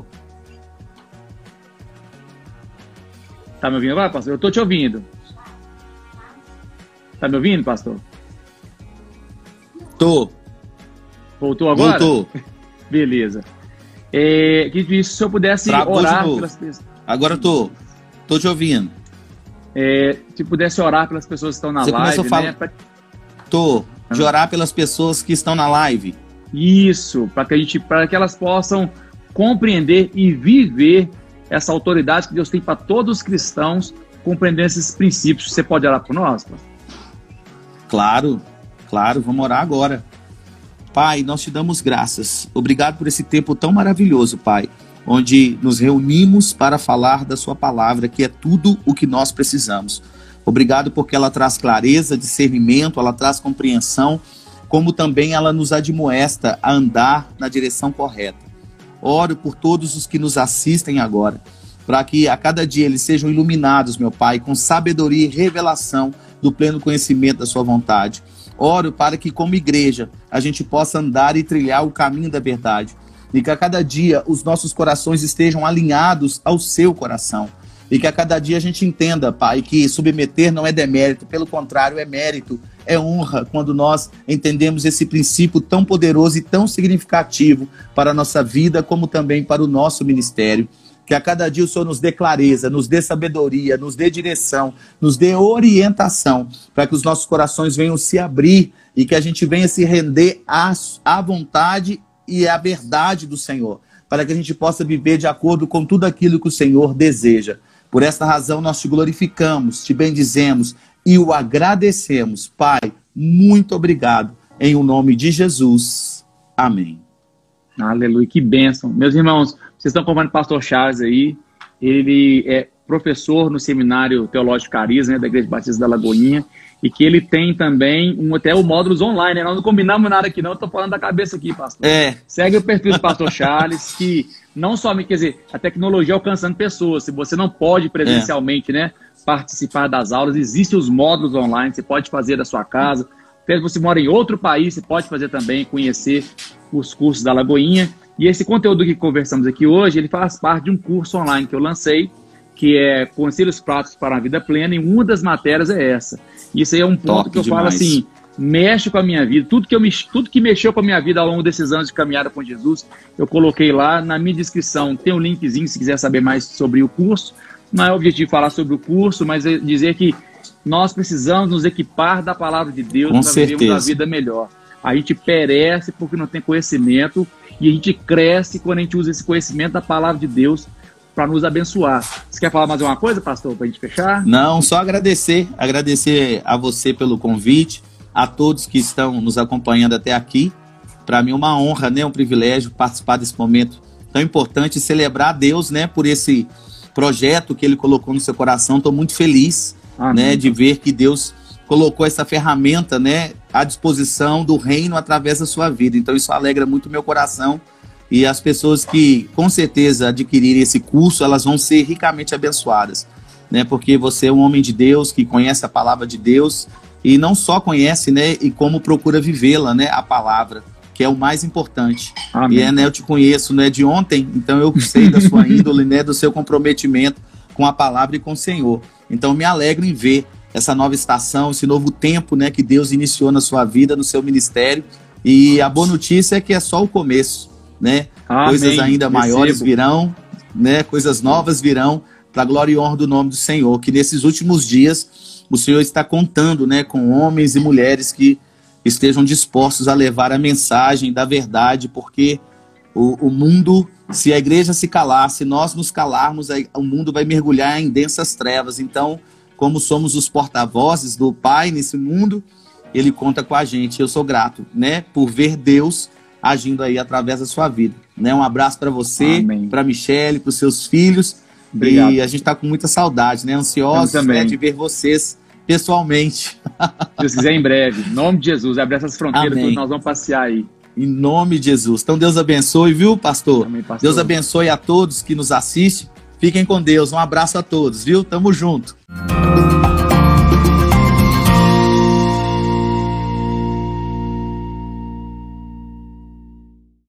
Tá me ouvindo agora, pastor? Eu tô te ouvindo. Tá me ouvindo, pastor? Tô. Voltou agora? Voltou. Beleza. É, que se eu pudesse Travou orar pelas pessoas. Agora eu tô. Tô te ouvindo. É, se pudesse orar pelas pessoas que estão na Você live, começou a falar... né? Pra... Tô. De orar pelas pessoas que estão na live. Isso, para que a gente, para que elas possam compreender e viver essa autoridade que Deus tem para todos os cristãos, compreender esses princípios. Você pode orar por nós, pastor? Claro, claro, vamos orar agora. Pai, nós te damos graças. Obrigado por esse tempo tão maravilhoso, Pai, onde nos reunimos para falar da sua palavra, que é tudo o que nós precisamos. Obrigado porque ela traz clareza, discernimento, ela traz compreensão, como também ela nos admoesta a andar na direção correta. Oro por todos os que nos assistem agora, para que a cada dia eles sejam iluminados, meu Pai, com sabedoria e revelação do pleno conhecimento da sua vontade. oro para que, como igreja, a gente possa andar e trilhar o caminho da verdade. E que a cada dia os nossos corações estejam alinhados ao seu coração. E que a cada dia a gente entenda, Pai, que submeter não é demérito, pelo contrário, é mérito, é honra, quando nós entendemos esse princípio tão poderoso e tão significativo para a nossa vida, como também para o nosso ministério. Que a cada dia o Senhor nos dê clareza, nos dê sabedoria, nos dê direção, nos dê orientação, para que os nossos corações venham se abrir e que a gente venha se render à, à vontade e à verdade do Senhor, para que a gente possa viver de acordo com tudo aquilo que o Senhor deseja. Por esta razão nós te glorificamos, te bendizemos e o agradecemos. Pai, muito obrigado. Em o nome de Jesus. Amém. Aleluia, que bênção. Meus irmãos, vocês estão acompanhando o pastor Charles aí. Ele é professor no Seminário Teológico Cariz, né, da Igreja Batista da Lagoinha, e que ele tem também um, até o módulos online, né? Nós não combinamos nada aqui não, eu estou falando da cabeça aqui, pastor. É. Segue o perfil do pastor Charles, que não somente, quer dizer, a tecnologia alcançando pessoas, se você não pode presencialmente, é. né, participar das aulas, existem os módulos online, você pode fazer da sua casa, até se você mora em outro país, você pode fazer também, conhecer os cursos da Lagoinha. E esse conteúdo que conversamos aqui hoje, ele faz parte de um curso online que eu lancei, que é Conselhos Práticos para a Vida Plena, e uma das matérias é essa. Isso aí é um ponto Top que eu demais. falo assim, mexe com a minha vida, tudo que, eu me, tudo que mexeu com a minha vida ao longo desses anos de caminhada com Jesus, eu coloquei lá na minha descrição, tem um linkzinho se quiser saber mais sobre o curso. Não é o objetivo falar sobre o curso, mas é dizer que nós precisamos nos equipar da palavra de Deus para vivermos a vida melhor. A gente perece porque não tem conhecimento e a gente cresce quando a gente usa esse conhecimento da palavra de Deus para nos abençoar. Você quer falar mais uma coisa, pastor, para a gente fechar? Não, só agradecer, agradecer a você pelo convite, a todos que estão nos acompanhando até aqui. Para mim é uma honra, né, um privilégio participar desse momento tão importante e celebrar a Deus, né, por esse projeto que Ele colocou no seu coração. Estou muito feliz, né, de ver que Deus colocou essa ferramenta, né, à disposição do reino através da sua vida. Então isso alegra muito o meu coração. E as pessoas que, com certeza, adquirirem esse curso, elas vão ser ricamente abençoadas, né? Porque você é um homem de Deus, que conhece a palavra de Deus, e não só conhece, né? E como procura vivê-la, né? A palavra, que é o mais importante. Amém. E é, né? Eu te conheço, né? De ontem, então eu sei da sua índole, né? Do seu comprometimento com a palavra e com o Senhor. Então me alegro em ver essa nova estação, esse novo tempo, né? Que Deus iniciou na sua vida, no seu ministério. E a boa notícia é que é só o começo. Né? Coisas ainda maiores Recebo. virão, né? Coisas novas virão para a glória e honra do nome do Senhor, que nesses últimos dias o Senhor está contando, né, com homens e mulheres que estejam dispostos a levar a mensagem da verdade, porque o, o mundo, se a igreja se calar, se nós nos calarmos, o mundo vai mergulhar em densas trevas. Então, como somos os porta-vozes do Pai nesse mundo, Ele conta com a gente. Eu sou grato, né, por ver Deus agindo aí através da sua vida, né? Um abraço para você, para Michele, para os seus filhos. Obrigado. E a gente está com muita saudade, né? Ansiosos, né, de ver vocês pessoalmente. Se Deus quiser, em breve. Em nome de Jesus, abre essas fronteiras que nós vamos passear aí. Em nome de Jesus. Então Deus abençoe, viu, pastor? Amém, pastor. Deus abençoe a todos que nos assistem. Fiquem com Deus. Um abraço a todos, viu? Tamo junto.